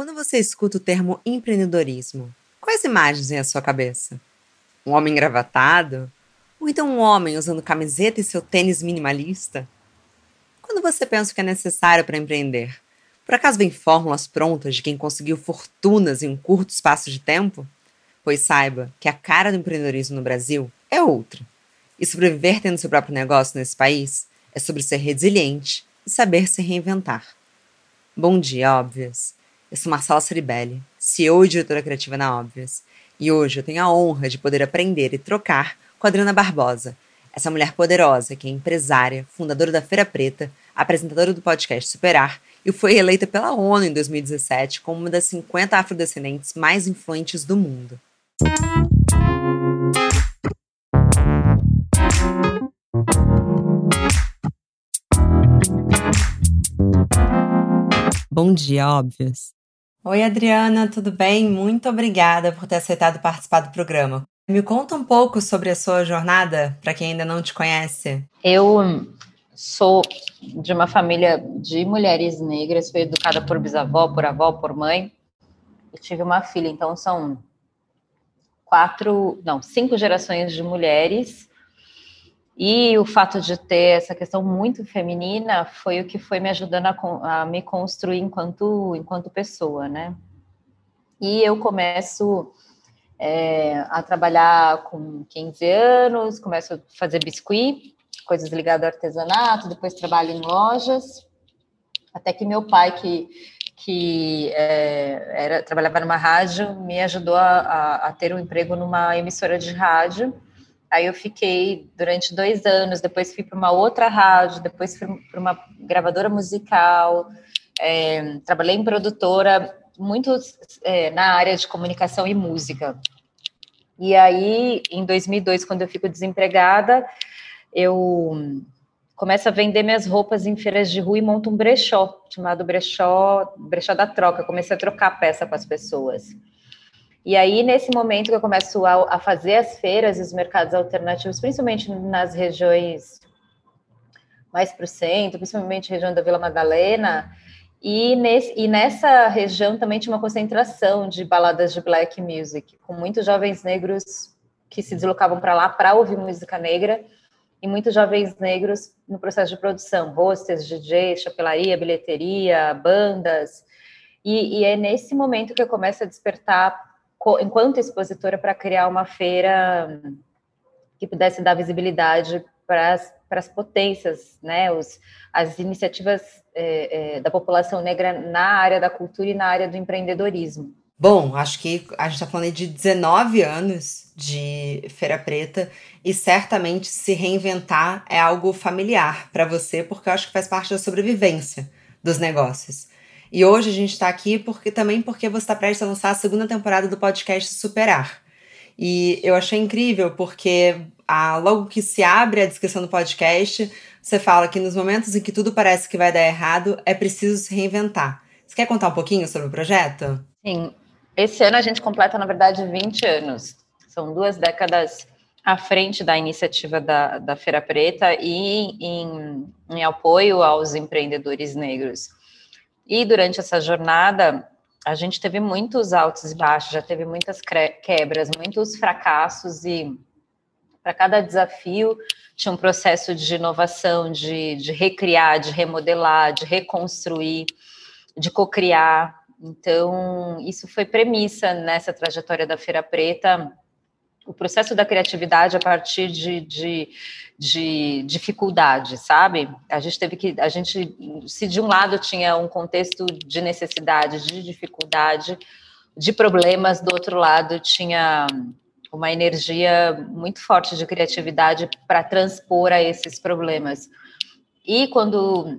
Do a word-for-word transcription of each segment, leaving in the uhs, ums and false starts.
Quando você escuta o termo empreendedorismo, quais imagens vêm à sua cabeça? Um homem engravatado? Ou então um homem usando camiseta e seu tênis minimalista? Quando você pensa o que é necessário para empreender, por acaso vem fórmulas prontas de quem conseguiu fortunas em um curto espaço de tempo? Pois saiba que a cara do empreendedorismo no Brasil é outra. E sobreviver tendo seu próprio negócio nesse país é sobre ser resiliente e saber se reinventar. Bom dia, Óbvias! Eu sou Marcela Ceribelli, C E O e diretora criativa na Óbvias, e hoje eu tenho a honra de poder aprender e trocar com a Adriana Barbosa, essa mulher poderosa que é empresária, fundadora da Feira Preta, apresentadora do podcast Superar e foi eleita pela ONU em dois mil e dezessete como uma das cinquenta afrodescendentes mais influentes do mundo. Bom dia, Óbvias! Oi, Adriana, tudo bem? Muito obrigada por ter aceitado participar do programa. Me conta um pouco sobre a sua jornada, para quem ainda não te conhece. Eu sou de uma família de mulheres negras, fui educada por bisavó, por avó, por mãe. Eu tive uma filha, então são quatro, não, cinco gerações de mulheres. E o fato de ter essa questão muito feminina foi o que foi me ajudando a, a me construir enquanto, enquanto pessoa, né? E eu começo é, a trabalhar com quinze anos, começo a fazer biscuit, coisas ligadas ao artesanato, depois trabalho em lojas, até que meu pai, que, que é, era, trabalhava numa rádio, me ajudou a, a, a ter um emprego numa emissora de rádio. Aí eu fiquei durante dois anos, depois fui para uma outra rádio, depois fui para uma gravadora musical, é, trabalhei em produtora, muito é, na área de comunicação e música. E aí, em dois mil e dois, quando eu fico desempregada, eu começo a vender minhas roupas em feiras de rua e monto um brechó, chamado brechó, brechó da troca. Comecei a trocar peça com as pessoas. E aí, nesse momento que eu começo a, a fazer as feiras e os mercados alternativos, principalmente nas regiões mais para o centro, principalmente a região da Vila Madalena, e, nesse, e nessa região também tinha uma concentração de baladas de black music, com muitos jovens negros que se deslocavam para lá para ouvir música negra, e muitos jovens negros no processo de produção, hostess, D J, chapelaria, bilheteria, bandas, e, e é nesse momento que eu começo a despertar enquanto expositora para criar uma feira que pudesse dar visibilidade para as potências, né, os, as iniciativas é, é, da população negra na área da cultura e na área do empreendedorismo. Bom, acho que a gente está falando aí de dezenove anos de Feira Preta e certamente se reinventar é algo familiar para você, porque eu acho que faz parte da sobrevivência dos negócios. E hoje a gente está aqui porque, também porque você está prestes a lançar a segunda temporada do podcast Superar. E eu achei incrível porque ah, logo que se abre a descrição do podcast, você fala que nos momentos em que tudo parece que vai dar errado, é preciso se reinventar. Você quer contar um pouquinho sobre o projeto? Sim. Esse ano a gente completa, na verdade, vinte anos. São duas décadas à frente da iniciativa da, da Feira Preta e em, em apoio aos empreendedores negros. E durante essa jornada, a gente teve muitos altos e baixos, já teve muitas quebras, muitos fracassos, e para cada desafio tinha um processo de inovação, de, de recriar, de remodelar, de reconstruir, de cocriar. Então, isso foi premissa nessa trajetória da Feira Preta, o processo da criatividade a partir de, de, de dificuldade, sabe? A gente teve que, a gente, se de um lado tinha um contexto de necessidade, de dificuldade, de problemas, do outro lado tinha uma energia muito forte de criatividade para transpor a esses problemas. E quando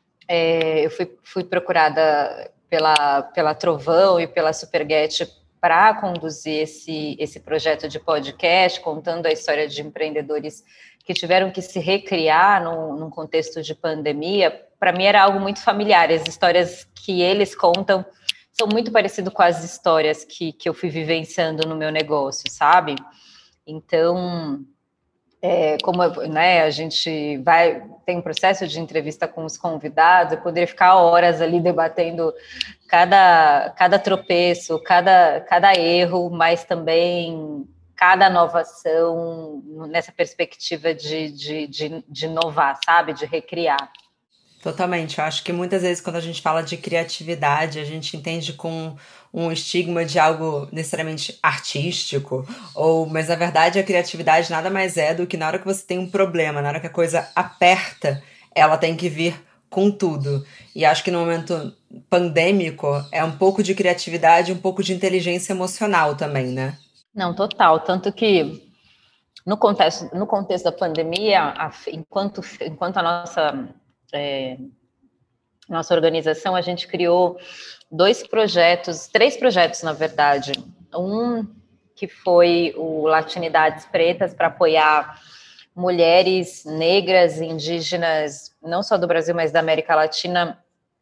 é, eu fui, fui procurada pela, pela Trovão e pela Superget para conduzir esse, esse projeto de podcast, contando a história de empreendedores que tiveram que se recriar num, num contexto de pandemia, para mim era algo muito familiar. As histórias que eles contam são muito parecidas com as histórias que, que eu fui vivenciando no meu negócio, sabe? Então, É, como, né, a gente vai, tem um processo de entrevista com os convidados, eu poderia ficar horas ali debatendo cada, cada tropeço, cada, cada erro, mas também cada inovação nessa perspectiva de, de, de, de inovar, sabe? De recriar. Totalmente. Eu acho que muitas vezes quando a gente fala de criatividade, a gente entende com um estigma de algo necessariamente artístico, ou, mas na verdade a criatividade nada mais é do que na hora que você tem um problema, na hora que a coisa aperta, ela tem que vir com tudo. E acho que no momento pandêmico é um pouco de criatividade, um pouco de inteligência emocional também, né? Não, total. Tanto que no contexto, no contexto da pandemia, a, enquanto, enquanto a nossa é, nossa organização, a gente criou dois projetos, três projetos, na verdade. Um que foi o Latinidades Pretas, para apoiar mulheres negras, indígenas, não só do Brasil, mas da América Latina,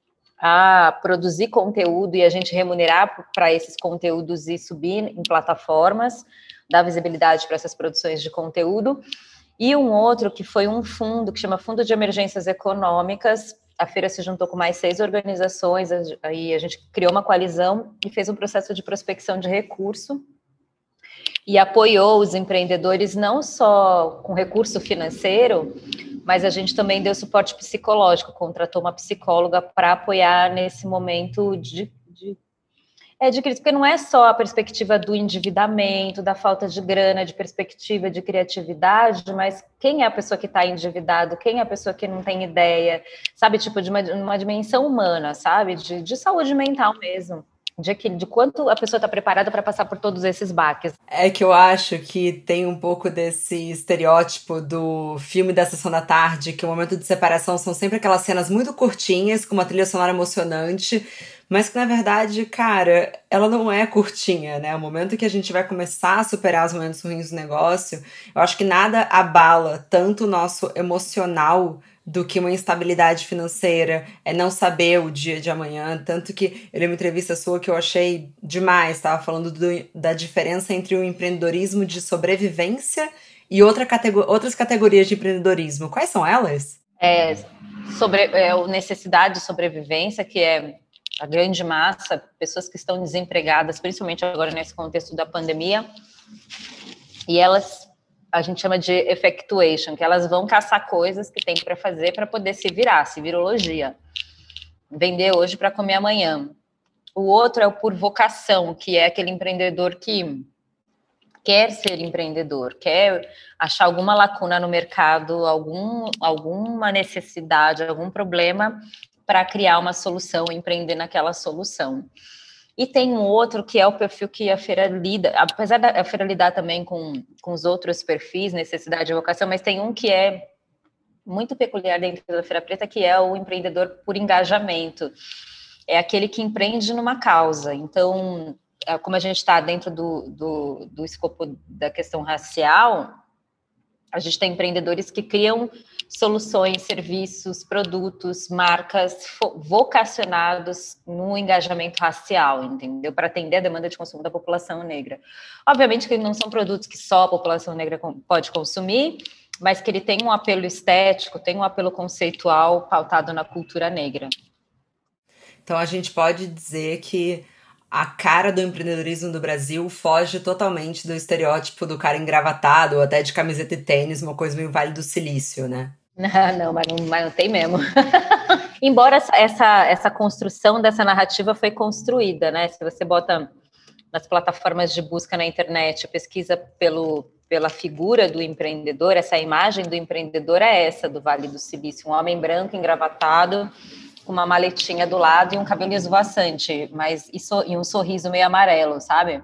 a produzir conteúdo e a gente remunerar para esses conteúdos e subir em plataformas, dar visibilidade para essas produções de conteúdo. E um outro que foi um fundo, que chama Fundo de Emergências Econômicas. A feira se juntou com mais seis organizações, aí a gente criou uma coalizão e fez um processo de prospecção de recurso e apoiou os empreendedores não só com recurso financeiro, mas a gente também deu suporte psicológico, contratou uma psicóloga para apoiar nesse momento de, de, é, de crise, porque não é só a perspectiva do endividamento, da falta de grana, de perspectiva de criatividade, mas quem é a pessoa que está endividado, quem é a pessoa que não tem ideia, sabe, tipo, de uma, uma dimensão humana, sabe, de, de saúde mental mesmo. De, que, de quanto a pessoa está preparada para passar por todos esses baques. É que eu acho que tem um pouco desse estereótipo do filme da Sessão da Tarde, que o momento de separação são sempre aquelas cenas muito curtinhas, com uma trilha sonora emocionante, mas que, na verdade, cara, ela não é curtinha, né? O momento que a gente vai começar a superar os momentos ruins do negócio, eu acho que nada abala tanto o nosso emocional do que uma instabilidade financeira, é não saber o dia de amanhã. Tanto que eu li uma entrevista sua que eu achei demais, estava falando do, da diferença entre o empreendedorismo de sobrevivência e outra catego- outras categorias de empreendedorismo. Quais são elas? É, sobre, é, necessidade de sobrevivência, que é a grande massa, pessoas que estão desempregadas, principalmente agora nesse contexto da pandemia, e elas, a gente chama de effectuation, que elas vão caçar coisas que tem para fazer para poder se virar, se virologia. Vender hoje para comer amanhã. O outro é o por vocação, que é aquele empreendedor que quer ser empreendedor, quer achar alguma lacuna no mercado, algum, alguma necessidade, algum problema para criar uma solução, empreender naquela solução. E tem um outro que é o perfil que a feira lida, apesar da feira lidar também com, com os outros perfis, necessidade e vocação, mas tem um que é muito peculiar dentro da Feira Preta, que é o empreendedor por engajamento. É aquele que empreende numa causa. Então, como a gente está dentro do, do, do escopo da questão racial, a gente tem empreendedores que criam soluções, serviços, produtos, marcas vocacionados no engajamento racial, entendeu? Para atender a demanda de consumo da população negra. Obviamente que não são produtos que só a população negra pode consumir, mas que ele tem um apelo estético, tem um apelo conceitual pautado na cultura negra. Então a gente pode dizer que a cara do empreendedorismo do Brasil foge totalmente do estereótipo do cara engravatado, ou até de camiseta e tênis, uma coisa meio Vale do Silício, né? Não, não, mas não, mas não tem mesmo. Embora essa, essa construção dessa narrativa foi construída, né? Se você bota nas plataformas de busca na internet, pesquisa pelo, pela figura do empreendedor, essa imagem do empreendedor é essa do Vale do Silício, um homem branco engravatado, com uma maletinha do lado e um cabelo esvoaçante, mas e, so, e um sorriso meio amarelo, sabe?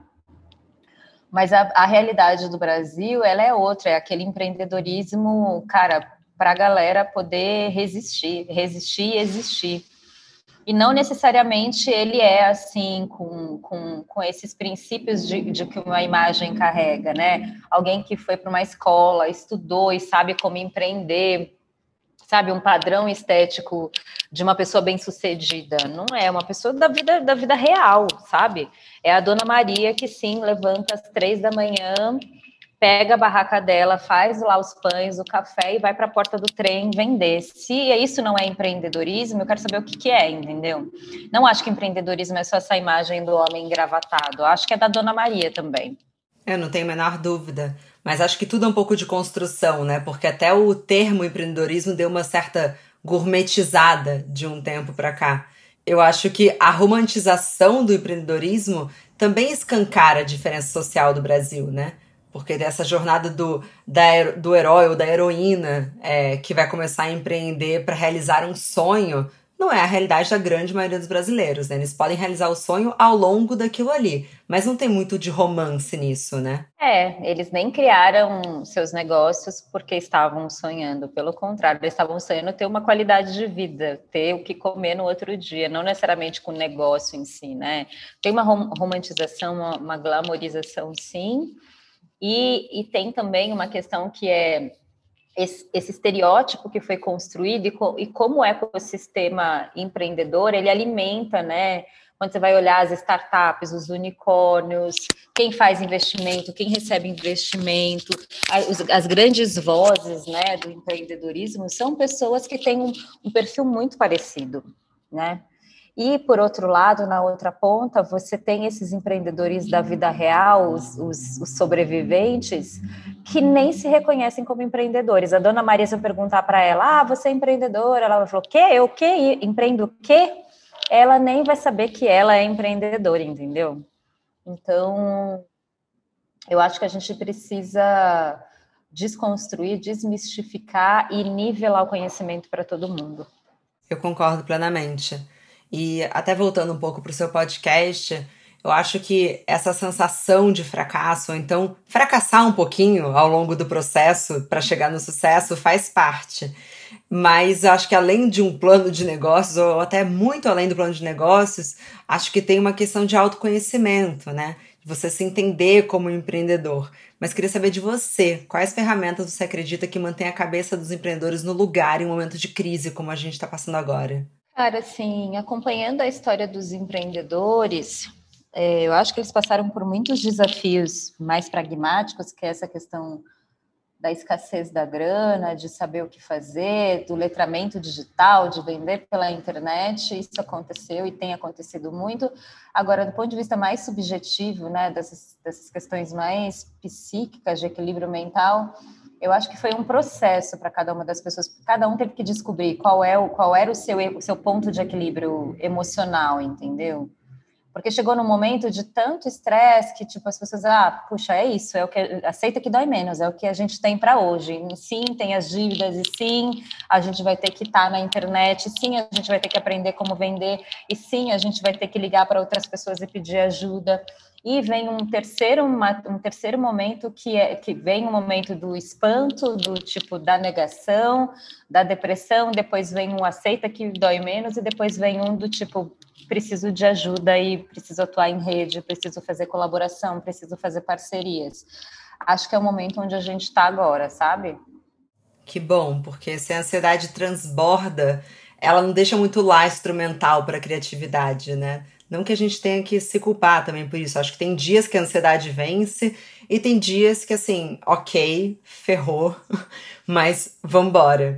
Mas a, a realidade do Brasil, ela é outra, é aquele empreendedorismo, cara, para a galera poder resistir, resistir e existir. E não necessariamente ele é assim, com, com, com esses princípios de, de que uma imagem carrega, né? Alguém que foi para uma escola, estudou e sabe como empreender, sabe, um padrão estético de uma pessoa bem-sucedida. Não é, uma pessoa da vida, da vida real, sabe? É a Dona Maria que, sim, levanta às três da manhã pega a barraca dela, faz lá os pães, o café e vai para a porta do trem vender. Se isso não é empreendedorismo, eu quero saber o que, que é, entendeu? Não acho que empreendedorismo é só essa imagem do homem engravatado. Acho que é da Dona Maria também. Eu não tenho a menor dúvida. Mas acho que tudo é um pouco de construção, né? Porque até o termo empreendedorismo deu uma certa gourmetizada de um tempo para cá. Eu acho que a romantização do empreendedorismo também escancara a diferença social do Brasil, né? Porque dessa jornada do, da, do herói ou da heroína é, que vai começar a empreender para realizar um sonho, não é a realidade da grande maioria dos brasileiros, né? Eles podem realizar o sonho ao longo daquilo ali, mas não tem muito de romance nisso, né? É, eles nem criaram seus negócios porque estavam sonhando, pelo contrário, eles estavam sonhando ter uma qualidade de vida, ter o que comer no outro dia, não necessariamente com o negócio em si, né? Tem uma romantização, uma, uma glamorização, sim, e, e tem também uma questão que é esse, esse estereótipo que foi construído e, co, e como é o sistema empreendedor, ele alimenta, né? Quando você vai olhar as startups, os unicórnios, quem faz investimento, quem recebe investimento, as, as grandes vozes, né, do empreendedorismo são pessoas que têm um, um perfil muito parecido, né? E, por outro lado, na outra ponta, você tem esses empreendedores da vida real, os, os, os sobreviventes, que nem se reconhecem como empreendedores. A Dona Maria, se eu perguntar para ela, ah, você é empreendedora? Ela falou, o quê? Eu o quê? Empreendo o quê? Ela nem vai saber que ela é empreendedora, entendeu? Então, eu acho que a gente precisa desconstruir, desmistificar e nivelar o conhecimento para todo mundo. Eu concordo plenamente. E até voltando um pouco para o seu podcast, eu acho que essa sensação de fracasso, ou então fracassar um pouquinho ao longo do processo para chegar no sucesso, faz parte. Mas eu acho que além de um plano de negócios, ou até muito além do plano de negócios, acho que tem uma questão de autoconhecimento, né? De você se entender como empreendedor. Mas queria saber de você, quais ferramentas você acredita que mantém a cabeça dos empreendedores no lugar em um momento de crise como a gente está passando agora? Cara, assim, acompanhando a história dos empreendedores, é, eu acho que eles passaram por muitos desafios mais pragmáticos, que é essa questão da escassez da grana, de saber o que fazer, do letramento digital, de vender pela internet. Isso aconteceu e tem acontecido muito. Agora, do ponto de vista mais subjetivo, né, dessas, dessas questões mais psíquicas, de equilíbrio mental, eu acho que foi um processo para cada uma das pessoas. Cada um teve que descobrir qual, é o, qual era o seu, o seu ponto de equilíbrio emocional, entendeu? Porque chegou num momento de tanto estresse que, tipo, as pessoas, ah, puxa, é isso, é o que aceita que dói menos, é o que a gente tem para hoje. E sim, tem as dívidas, e sim, a gente vai ter que estar na internet, e sim, a gente vai ter que aprender como vender, e sim, a gente vai ter que ligar para outras pessoas e pedir ajuda. E vem um terceiro, uma, um terceiro momento que é que vem o um momento do espanto, do tipo da negação, da depressão, depois vem um aceita que dói menos, e depois vem um do tipo preciso de ajuda e preciso atuar em rede, preciso fazer colaboração, preciso fazer parcerias. Acho que é o momento onde a gente está agora, sabe? Que bom, porque se a ansiedade transborda, ela não deixa muito lá instrumental para a criatividade, né? Não que a gente tenha que se culpar também por isso. Acho que tem dias que a ansiedade vence e tem dias que, assim, ok, ferrou, mas vambora.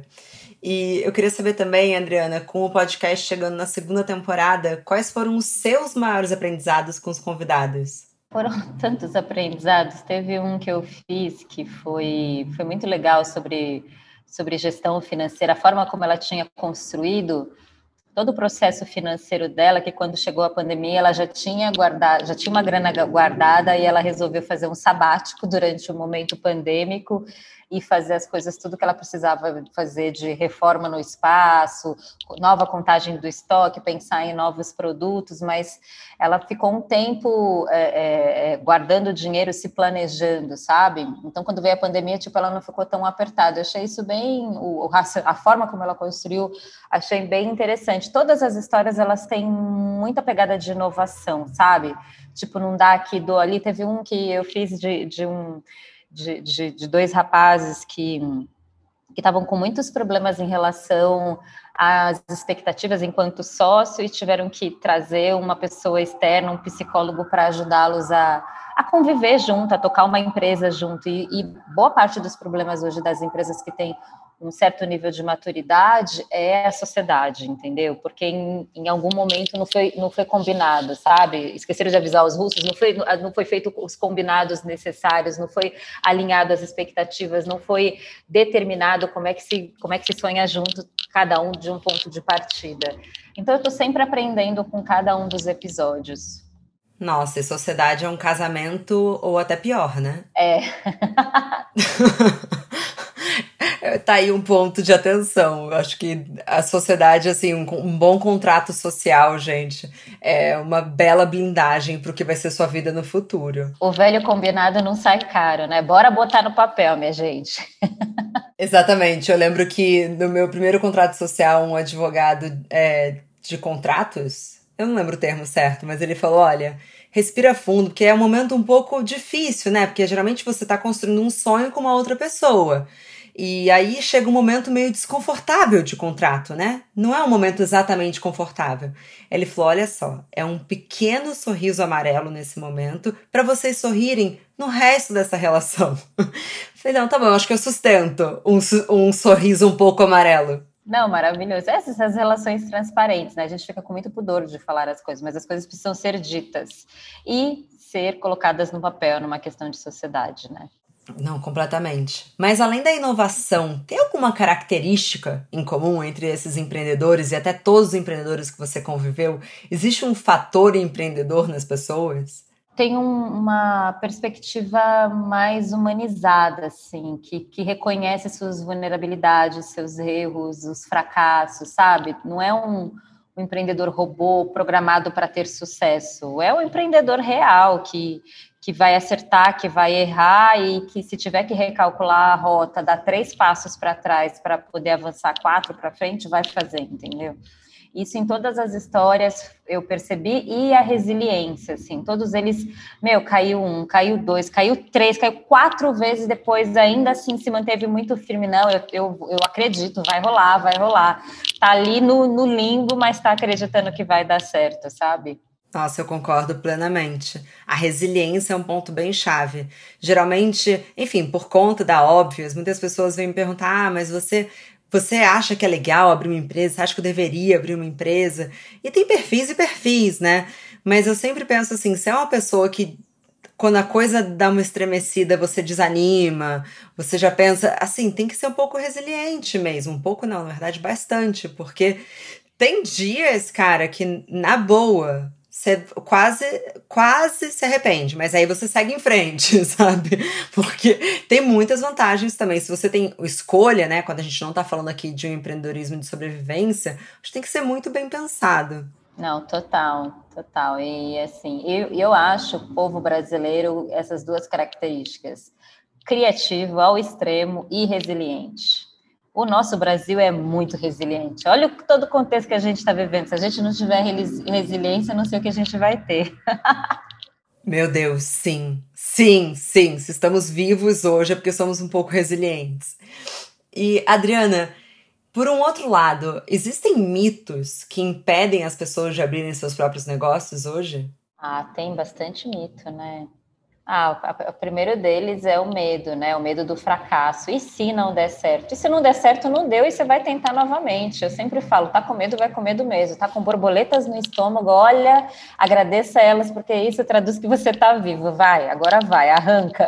E eu queria saber também, Adriana, com o podcast chegando na segunda temporada, quais foram os seus maiores aprendizados com os convidados? Foram tantos aprendizados. Teve um que eu fiz que foi, foi muito legal sobre, sobre gestão financeira, a forma como ela tinha construído todo o processo financeiro dela, que quando chegou a pandemia ela já tinha guardado, já tinha uma grana guardada e ela resolveu fazer um sabático durante o momento pandêmico e fazer as coisas, tudo que ela precisava fazer de reforma no espaço, nova contagem do estoque, pensar em novos produtos, mas ela ficou um tempo é, é, guardando dinheiro, se planejando, sabe? Então, quando veio a pandemia, tipo, ela não ficou tão apertada. Eu achei isso bem, o, a forma como ela construiu, achei bem interessante. Todas as histórias, elas têm muita pegada de inovação, sabe? Tipo, não dá aqui, dou ali. Teve um que eu fiz de, de um... De, de, de dois rapazes que que estavam com muitos problemas em relação as expectativas enquanto sócio e tiveram que trazer uma pessoa externa, um psicólogo para ajudá-los a, a conviver junto, a tocar uma empresa junto. E, e boa parte dos problemas hoje das empresas que têm um certo nível de maturidade é a sociedade, entendeu? Porque em, em algum momento não foi, não foi combinado, sabe? Esqueceram de avisar os russos, não foi, não foi feito os combinados necessários, não foi alinhado as expectativas, não foi determinado como é que se, como é que se sonha junto, cada um de um ponto de partida. Então eu estou sempre aprendendo com cada um dos episódios. Nossa, e sociedade é um casamento ou até pior, né? É. Tá aí um ponto de atenção. Eu acho que a sociedade, assim, um, um bom contrato social, gente, é uma bela blindagem pro que vai ser sua vida no futuro. O velho combinado não sai caro, né? Bora botar no papel, minha gente. Exatamente. Eu lembro que no meu primeiro contrato social, um advogado é, de contratos, eu não lembro o termo certo, mas ele falou, olha, respira fundo, porque é um momento um pouco difícil, né? Porque geralmente você tá construindo um sonho com uma outra pessoa. E aí chega um momento meio desconfortável de contrato, né? Não é um momento exatamente confortável. Ele falou, olha só, é um pequeno sorriso amarelo nesse momento para vocês sorrirem no resto dessa relação. Falei, não, tá bom, acho que eu sustento um, um sorriso um pouco amarelo. Não, maravilhoso. Essas são as relações transparentes, né? A gente fica com muito pudor de falar as coisas, mas as coisas precisam ser ditas e ser colocadas no papel, numa questão de sociedade, né? Não, completamente. Mas além da inovação, tem alguma característica em comum entre esses empreendedores e até todos os empreendedores que você conviveu? Existe um fator empreendedor nas pessoas? Tem um, uma perspectiva mais humanizada, assim, que, que reconhece suas vulnerabilidades, seus erros, os fracassos, sabe? Não é um, um empreendedor robô programado para ter sucesso, é um empreendedor real que, que vai acertar, que vai errar e que, se tiver que recalcular a rota, dar três passos para trás para poder avançar quatro para frente, vai fazer, entendeu? Isso em todas as histórias eu percebi, e a resiliência, assim, todos eles, meu, caiu um, caiu dois, caiu três, caiu quatro vezes depois, ainda assim se manteve muito firme, não, eu, eu, eu acredito, vai rolar, vai rolar, tá ali no, no limbo, mas tá acreditando que vai dar certo, sabe? Nossa, eu concordo plenamente. A resiliência é um ponto bem chave. Geralmente, enfim, por conta da óbvias, muitas pessoas vêm me perguntar, ah, mas você... Você acha que é legal abrir uma empresa? Você acha que eu deveria abrir uma empresa? E tem perfis e perfis, né? Mas eu sempre penso assim, se é uma pessoa que, quando a coisa dá uma estremecida, você desanima, você já pensa, assim, tem que ser um pouco resiliente mesmo. Um pouco não, na verdade, bastante. Porque tem dias, cara, que, na boa... Você quase, quase se arrepende, mas aí você segue em frente, sabe? Porque tem muitas vantagens também. Se você tem escolha, né? Quando a gente não tá falando aqui de um empreendedorismo de sobrevivência, acho que tem que ser muito bem pensado. Não, total, total. E assim, eu, eu acho o povo brasileiro essas duas características: criativo ao extremo e resiliente. O nosso Brasil é muito resiliente. Olha todo o contexto que a gente está vivendo. Se a gente não tiver resiliência, não sei o que a gente vai ter. Meu Deus, sim. Sim, sim. Se estamos vivos hoje é porque somos um pouco resilientes. E, Adriana, por um outro lado, existem mitos que impedem as pessoas de abrirem seus próprios negócios hoje? Ah, tem bastante mito, né? Ah, o primeiro deles é o medo, né? O medo do fracasso. E se não der certo? E se não der certo, não deu, e você vai tentar novamente. Eu sempre falo, tá com medo, vai com medo mesmo. Tá com borboletas no estômago, olha, agradeça elas, porque isso traduz que você tá vivo. Vai, agora vai, arranca.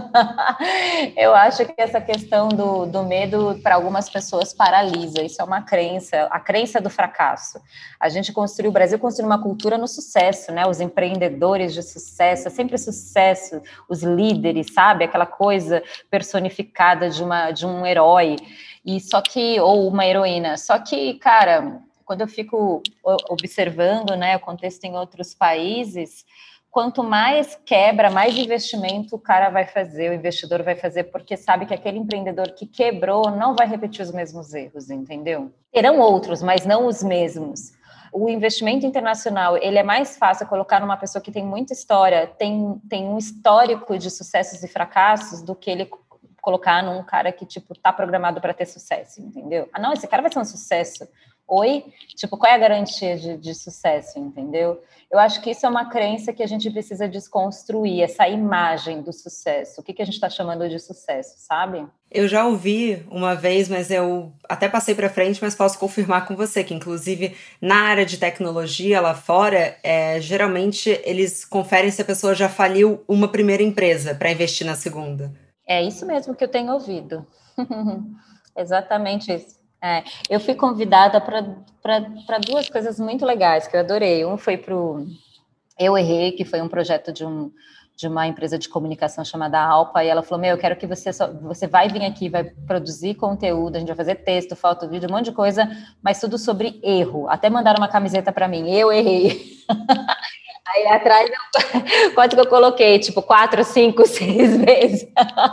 Eu acho que essa questão do, do medo, para algumas pessoas, paralisa. Isso é uma crença, a crença do fracasso. A gente construiu, o Brasil construiu uma cultura no sucesso, né? Os empreendedores de sucesso, é sempre sucesso. Os líderes, sabe? Aquela coisa personificada de, uma, de um herói, e só que, ou uma heroína. Só que, cara, quando eu fico observando, né, o contexto em outros países, quanto mais quebra, mais investimento o cara vai fazer, o investidor vai fazer, porque sabe que aquele empreendedor que quebrou não vai repetir os mesmos erros, entendeu? Terão outros, mas não os mesmos. O investimento internacional, ele é mais fácil colocar numa pessoa que tem muita história, tem, tem um histórico de sucessos e fracassos, do que ele colocar num cara que, tipo, tá programado para ter sucesso, entendeu? Ah, não, esse cara vai ser um sucesso. Oi? Tipo, qual é a garantia de, de sucesso, entendeu? Eu acho que isso é uma crença que a gente precisa desconstruir, essa imagem do sucesso. O que, que a gente está chamando de sucesso, sabe? Eu já ouvi uma vez, mas eu até passei para frente, mas posso confirmar com você que, inclusive, na área de tecnologia lá fora, é, geralmente eles conferem se a pessoa já faliu uma primeira empresa para investir na segunda. É isso mesmo que eu tenho ouvido. Exatamente isso. É, eu fui convidada para duas coisas muito legais que eu adorei. Um foi para o Eu Errei, que foi um projeto de, um, de uma empresa de comunicação chamada Alpa, e ela falou, meu, eu quero que você, só, você vai vir aqui, vai produzir conteúdo, a gente vai fazer texto, foto, vídeo, um monte de coisa, mas tudo sobre erro. Até mandaram uma camiseta para mim, eu errei. Aí atrás, eu, quanto que eu coloquei? Tipo, quatro, cinco, seis vezes.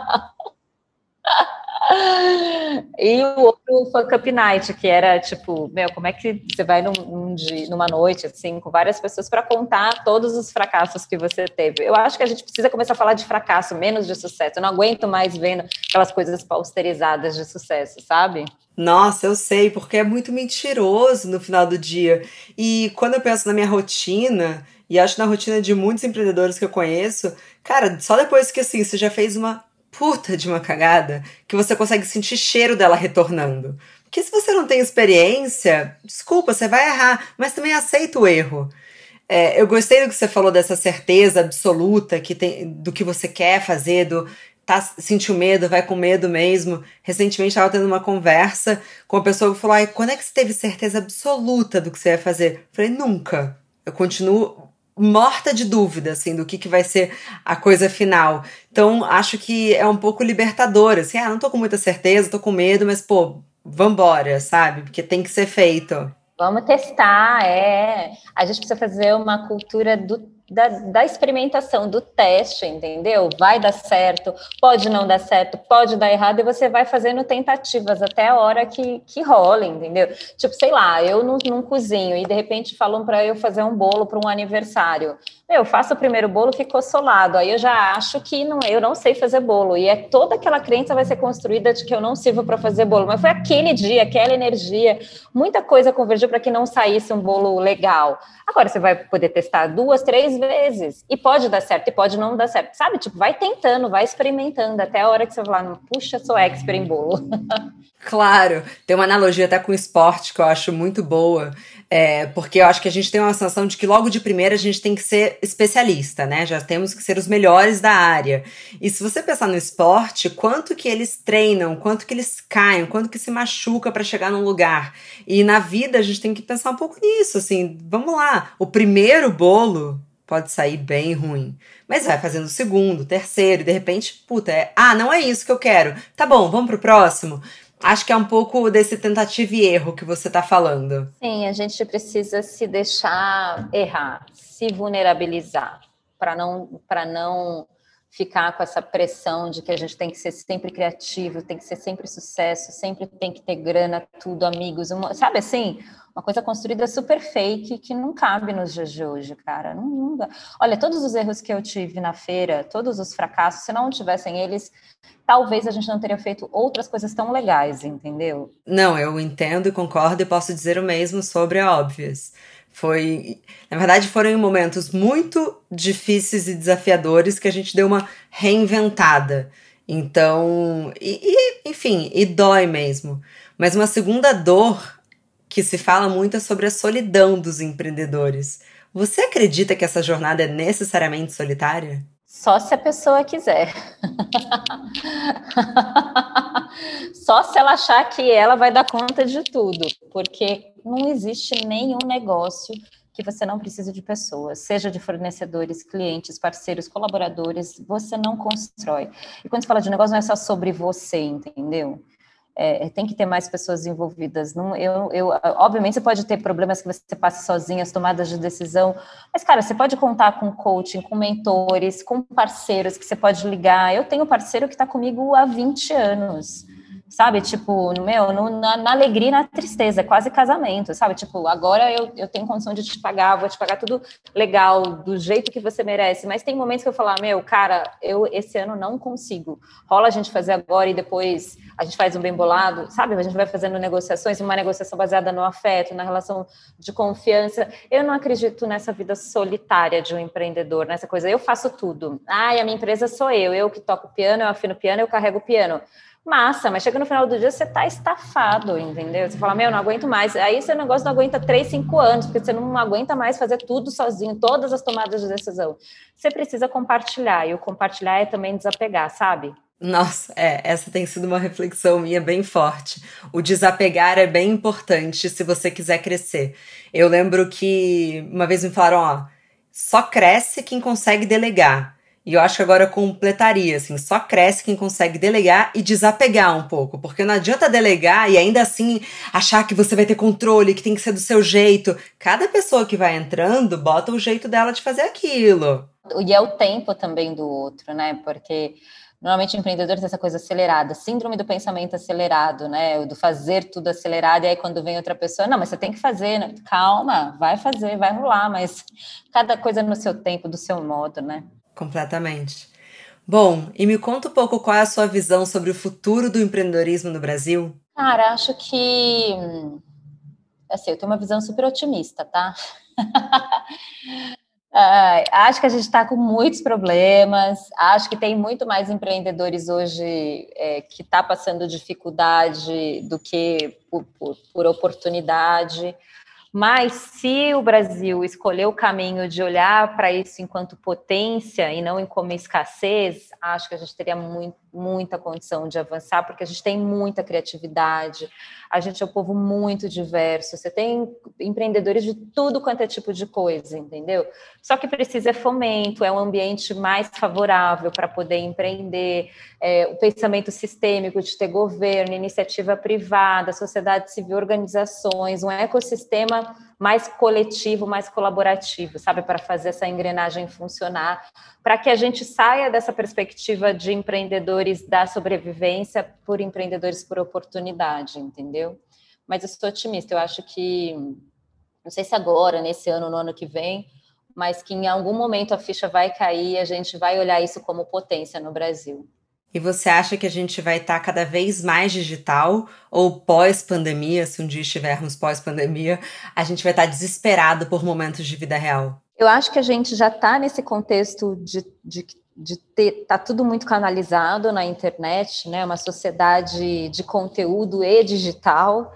E o outro foi Cup Night, que era tipo, meu, como é que você vai num, num dia, numa noite, assim, com várias pessoas para contar todos os fracassos que você teve. Eu acho que a gente precisa começar a falar de fracasso, menos de sucesso. Eu não aguento mais vendo aquelas coisas pausterizadas de sucesso, sabe? Nossa, eu sei, porque é muito mentiroso no final do dia. E quando eu penso na minha rotina, e acho na rotina de muitos empreendedores que eu conheço, cara, só depois que assim, você já fez uma puta de uma cagada, que você consegue sentir cheiro dela retornando. Porque se você não tem experiência, desculpa, você vai errar, mas também aceita o erro. É, eu gostei do que você falou dessa certeza absoluta que tem, do que você quer fazer, do tá, sentiu medo, vai com medo mesmo. Recentemente estava tendo uma conversa com uma pessoa que falou, ai, quando é que você teve certeza absoluta do que você vai fazer? Eu falei, nunca. Eu continuo morta de dúvida, assim, do que, que vai ser a coisa final. Então, acho que é um pouco libertador, assim, ah, não tô com muita certeza, tô com medo, mas, pô, vambora, sabe? Porque tem que ser feito. Vamos testar, é. A gente precisa fazer uma cultura do, da, da experimentação, do teste, entendeu? Vai dar certo, pode não dar certo, pode dar errado, e você vai fazendo tentativas até a hora que, que rola, entendeu? Tipo, sei lá, eu não, não cozinho e de repente falam para eu fazer um bolo para um aniversário. Eu faço o primeiro bolo, ficou solado, aí eu já acho que não, eu não sei fazer bolo, e é toda aquela crença vai ser construída de que eu não sirvo para fazer bolo, mas foi aquele dia, aquela energia, muita coisa convergiu para que não saísse um bolo legal. Agora você vai poder testar duas, três vezes, e pode dar certo, e pode não dar certo, sabe? Tipo, vai tentando, vai experimentando, até a hora que você falar, puxa, sou expert em bolo. Claro, tem uma analogia até com o esporte que eu acho muito boa, é, porque eu acho que a gente tem uma sensação de que logo de primeira a gente tem que ser especialista, né? Já temos que ser os melhores da área. E se você pensar no esporte, quanto que eles treinam, quanto que eles caem, quanto que se machuca para chegar num lugar. E na vida a gente tem que pensar um pouco nisso, assim, vamos lá, o primeiro bolo pode sair bem ruim, mas vai fazendo o segundo, terceiro, e de repente, puta, é, ah, não é isso que eu quero. Tá bom, vamos pro próximo. Acho que é um pouco desse tentativa e erro que você tá falando. Sim, a gente precisa se deixar errar, se vulnerabilizar, para não, para não ficar com essa pressão de que a gente tem que ser sempre criativo, tem que ser sempre sucesso, sempre tem que ter grana, tudo, amigos, uma, sabe assim? Uma coisa construída super fake que não cabe nos dias de hoje, cara. Não, não dá. Olha, todos os erros que eu tive na feira, todos os fracassos, se não tivessem eles, talvez a gente não teria feito outras coisas tão legais, entendeu? Não, eu entendo e concordo e posso dizer o mesmo sobre a Óbvias. Foi, na verdade, foram em momentos muito difíceis e desafiadores que a gente deu uma reinventada. Então, e, e, enfim, e dói mesmo. Mas uma segunda dor que se fala muito é sobre a solidão dos empreendedores. Você acredita que essa jornada é necessariamente solitária? Só se a pessoa quiser. Só se ela achar que ela vai dar conta de tudo, porque não existe nenhum negócio que você não precise de pessoas, seja de fornecedores, clientes, parceiros, colaboradores, você não constrói. E quando você fala de negócio, não é só sobre você, entendeu? É, tem que ter mais pessoas envolvidas. Não, eu, eu, obviamente, você pode ter problemas que você passe sozinha, as tomadas de decisão, mas, cara, você pode contar com coaching, com mentores, com parceiros que você pode ligar. Eu tenho parceiro que está comigo há vinte anos, sabe, tipo, no meu, no, na, na alegria e na tristeza, é quase casamento, sabe, tipo, agora eu, eu tenho condição de te pagar, vou te pagar tudo legal, do jeito que você merece, mas tem momentos que eu falo, ah, meu, cara, eu esse ano não consigo, rola a gente fazer agora e depois a gente faz um bem bolado, sabe, a gente vai fazendo negociações, uma negociação baseada no afeto, na relação de confiança. Eu não acredito nessa vida solitária de um empreendedor, nessa coisa, eu faço tudo, ai, a minha empresa sou eu, eu que toco piano, eu afino piano, eu carrego o piano. Massa, mas chega no final do dia, você tá estafado, entendeu? Você fala, meu, não aguento mais. Aí esse negócio não aguenta três, cinco anos, porque você não aguenta mais fazer tudo sozinho, todas as tomadas de decisão. Você precisa compartilhar, e o compartilhar é também desapegar, sabe? Nossa, é, essa tem sido uma reflexão minha bem forte. O desapegar é bem importante se você quiser crescer. Eu lembro que uma vez me falaram, ó, só cresce quem consegue delegar. E eu acho que agora eu completaria, assim, só cresce quem consegue delegar e desapegar um pouco, porque não adianta delegar e ainda assim achar que você vai ter controle, que tem que ser do seu jeito. Cada pessoa que vai entrando bota o jeito dela de fazer aquilo. E é o tempo também do outro, né? Porque normalmente empreendedores tem essa coisa acelerada, síndrome do pensamento acelerado, né? Do fazer tudo acelerado, e aí quando vem outra pessoa, não, mas você tem que fazer, né? Calma, vai fazer, vai rolar, mas cada coisa no seu tempo, do seu modo, né? Completamente. Bom, e me conta um pouco qual é a sua visão sobre o futuro do empreendedorismo no Brasil? Cara, acho que, assim, eu tenho uma visão super otimista, tá? Uh, acho que a gente está com muitos problemas, acho que tem muito mais empreendedores hoje é, que está passando dificuldade do que por, por, por oportunidade. Mas se o Brasil escolher o caminho de olhar para isso enquanto potência e não como escassez, acho que a gente teria muito, muita condição de avançar, porque a gente tem muita criatividade, a gente é um povo muito diverso, você tem empreendedores de tudo quanto é tipo de coisa, entendeu? Só que precisa fomento, é um ambiente mais favorável para poder empreender, é, o pensamento sistêmico de ter governo, iniciativa privada, sociedade civil, organizações, um ecossistema mais coletivo, mais colaborativo, sabe, para fazer essa engrenagem funcionar, para que a gente saia dessa perspectiva de empreendedores da sobrevivência por empreendedores por oportunidade, entendeu? Mas eu sou otimista, eu acho que, não sei se agora, nesse ano, no ano que vem, mas que em algum momento a ficha vai cair e a gente vai olhar isso como potência no Brasil. E você acha que a gente vai estar cada vez mais digital ou pós-pandemia, se um dia estivermos pós-pandemia, a gente vai estar desesperado por momentos de vida real? Eu acho que a gente já está nesse contexto de, de, de ter, tá tudo muito canalizado na internet, né? Uma sociedade de conteúdo e digital.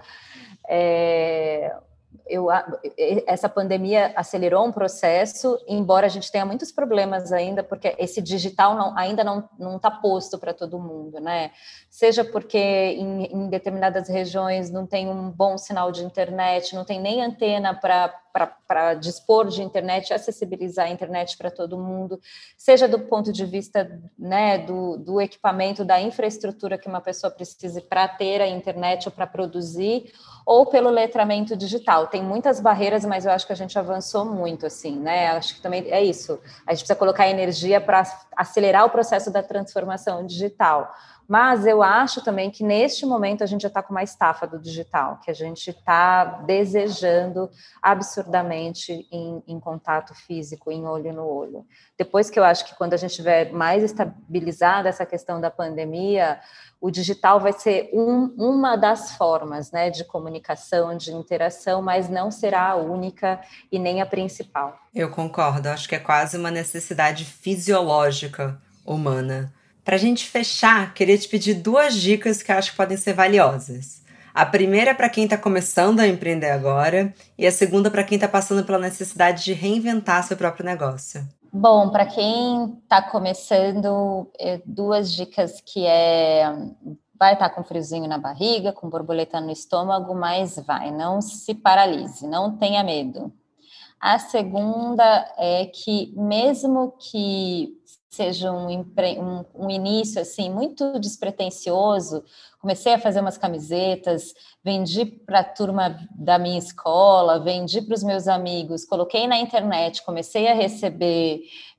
É... Eu, essa pandemia acelerou um processo, embora a gente tenha muitos problemas ainda, porque esse digital não, ainda não não está posto para todo mundo, né? Seja porque em, em determinadas regiões não tem um bom sinal de internet, não tem nem antena para para dispor de internet, acessibilizar a internet para todo mundo, seja do ponto de vista, né, do, do equipamento, da infraestrutura que uma pessoa precise para ter a internet ou para produzir, ou pelo letramento digital. Tem muitas barreiras, mas eu acho que a gente avançou muito, assim, né? Acho que também é isso. A gente precisa colocar energia para acelerar o processo da transformação digital. Mas eu acho também que neste momento a gente já está com uma estafa do digital, que a gente está desejando absurdamente em, em contato físico, em olho no olho. Depois que eu acho que quando a gente tiver mais estabilizada essa questão da pandemia, o digital vai ser um, uma das formas, né, de comunicação, de interação, mas não será a única e nem a principal. Eu concordo, acho que é quase uma necessidade fisiológica humana. Para a gente fechar, queria te pedir duas dicas que eu acho que podem ser valiosas. A primeira é para quem está começando a empreender agora e a segunda para quem está passando pela necessidade de reinventar seu próprio negócio. Bom, para quem está começando, duas dicas que é... vai estar com friozinho na barriga, com borboleta no estômago, mas vai, não se paralise, não tenha medo. A segunda é que mesmo que seja um, um, um início assim muito despretensioso, comecei a fazer umas camisetas, vendi para a turma da minha escola, vendi para os meus amigos, coloquei na internet, comecei a receber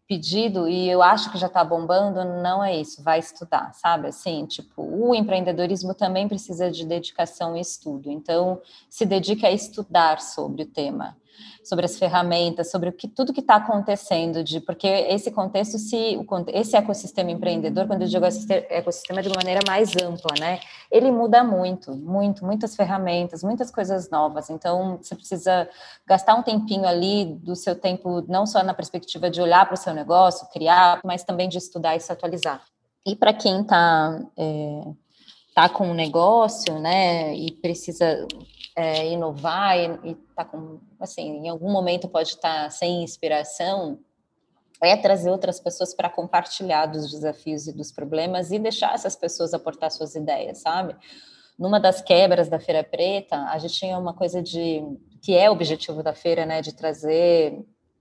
pedido e eu acho que já está bombando, não é isso, vai estudar, sabe? Assim, tipo, o empreendedorismo também precisa de dedicação e estudo, então se dedique a estudar sobre o tema, sobre as ferramentas, sobre o que, tudo que está acontecendo, de, porque esse contexto, se, esse ecossistema empreendedor, quando eu digo ecossistema de uma maneira mais ampla, né? Ele muda muito, muito, muitas ferramentas, muitas coisas novas, então você precisa gastar um tempinho ali do seu tempo, não só na perspectiva de olhar para o seu negócio, criar, mas também de estudar e se atualizar. E para quem está é, tá com um negócio, né, e precisa é, inovar e, e tá com, assim, em algum momento pode estar tá sem inspiração, é trazer outras pessoas para compartilhar dos desafios e dos problemas e deixar essas pessoas aportar suas ideias, sabe? Numa das quebras da Feira Preta, a gente tinha uma coisa de, que é o objetivo da feira, né, de trazer,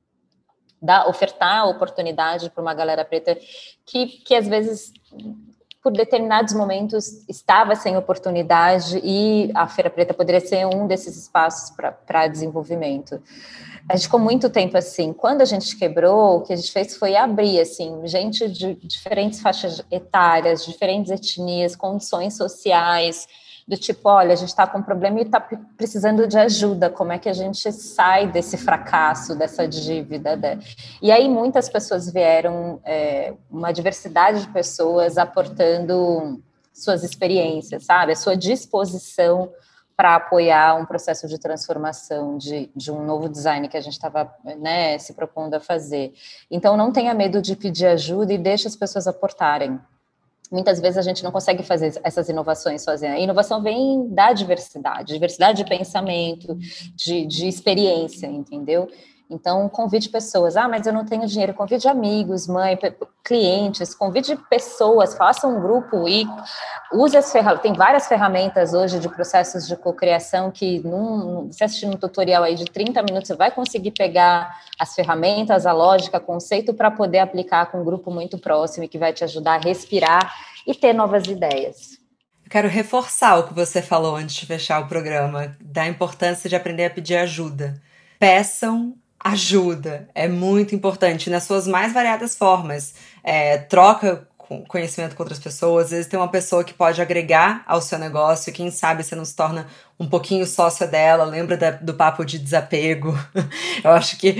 dar, ofertar oportunidade para uma galera preta que, que às vezes, por determinados momentos, estava sem oportunidade e a Feira Preta poderia ser um desses espaços para desenvolvimento. A gente ficou muito tempo assim. Quando a gente quebrou, o que a gente fez foi abrir, assim, gente de diferentes faixas etárias, diferentes etnias, condições sociais, do tipo, olha, a gente está com um problema e está precisando de ajuda, como é que a gente sai desse fracasso, dessa dívida? Né? E aí muitas pessoas vieram, é, uma diversidade de pessoas aportando suas experiências, sabe? A sua disposição para apoiar um processo de transformação de, de um novo design que a gente estava, né, se propondo a fazer. Então, não tenha medo de pedir ajuda e deixe as pessoas aportarem. Muitas vezes a gente não consegue fazer essas inovações sozinha. A inovação vem da diversidade, diversidade de pensamento, de, de experiência, entendeu? Então, convide pessoas. Ah, mas eu não tenho dinheiro. Convide amigos, mãe, clientes, convide pessoas, faça um grupo e use as ferramentas. Tem várias ferramentas hoje de processos de cocriação que, num, você assistindo um tutorial aí de trinta minutos, você vai conseguir pegar as ferramentas, a lógica, o conceito para poder aplicar com um grupo muito próximo e que vai te ajudar a respirar e ter novas ideias. Eu quero reforçar o que você falou antes de fechar o programa, da importância de aprender a pedir ajuda. Peçam ajuda, é muito importante nas suas mais variadas formas. É, troca conhecimento com outras pessoas, às vezes tem uma pessoa que pode agregar ao seu negócio, quem sabe você não se torna um pouquinho sócia dela, lembra da, do papo de desapego. Eu acho que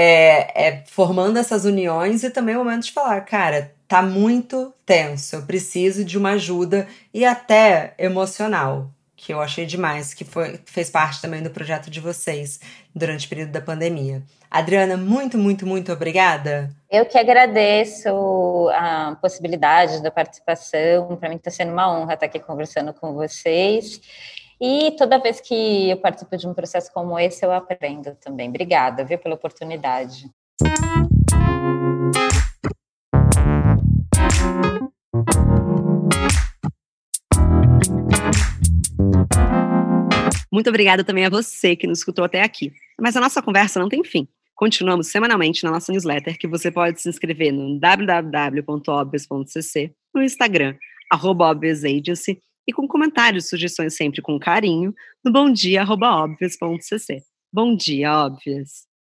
é, é formando essas uniões e também o momento de falar, cara, tá muito tenso, eu preciso de uma ajuda e até emocional, que eu achei demais, que foi, fez parte também do projeto de vocês durante o período da pandemia. Adriana, muito, muito, muito obrigada. Eu que agradeço a possibilidade da participação. Para mim está sendo uma honra estar aqui conversando com vocês. E toda vez que eu participo de um processo como esse, eu aprendo também. Obrigada, viu, pela oportunidade. Muito obrigada também a você que nos escutou até aqui. Mas a nossa conversa não tem fim. Continuamos semanalmente na nossa newsletter, que você pode se inscrever no w w w ponto obvious ponto c c, no Instagram, arroba obvious agency, e com comentários e sugestões sempre com carinho, no bomdia arroba obvious ponto c c. Bom dia, Obvious!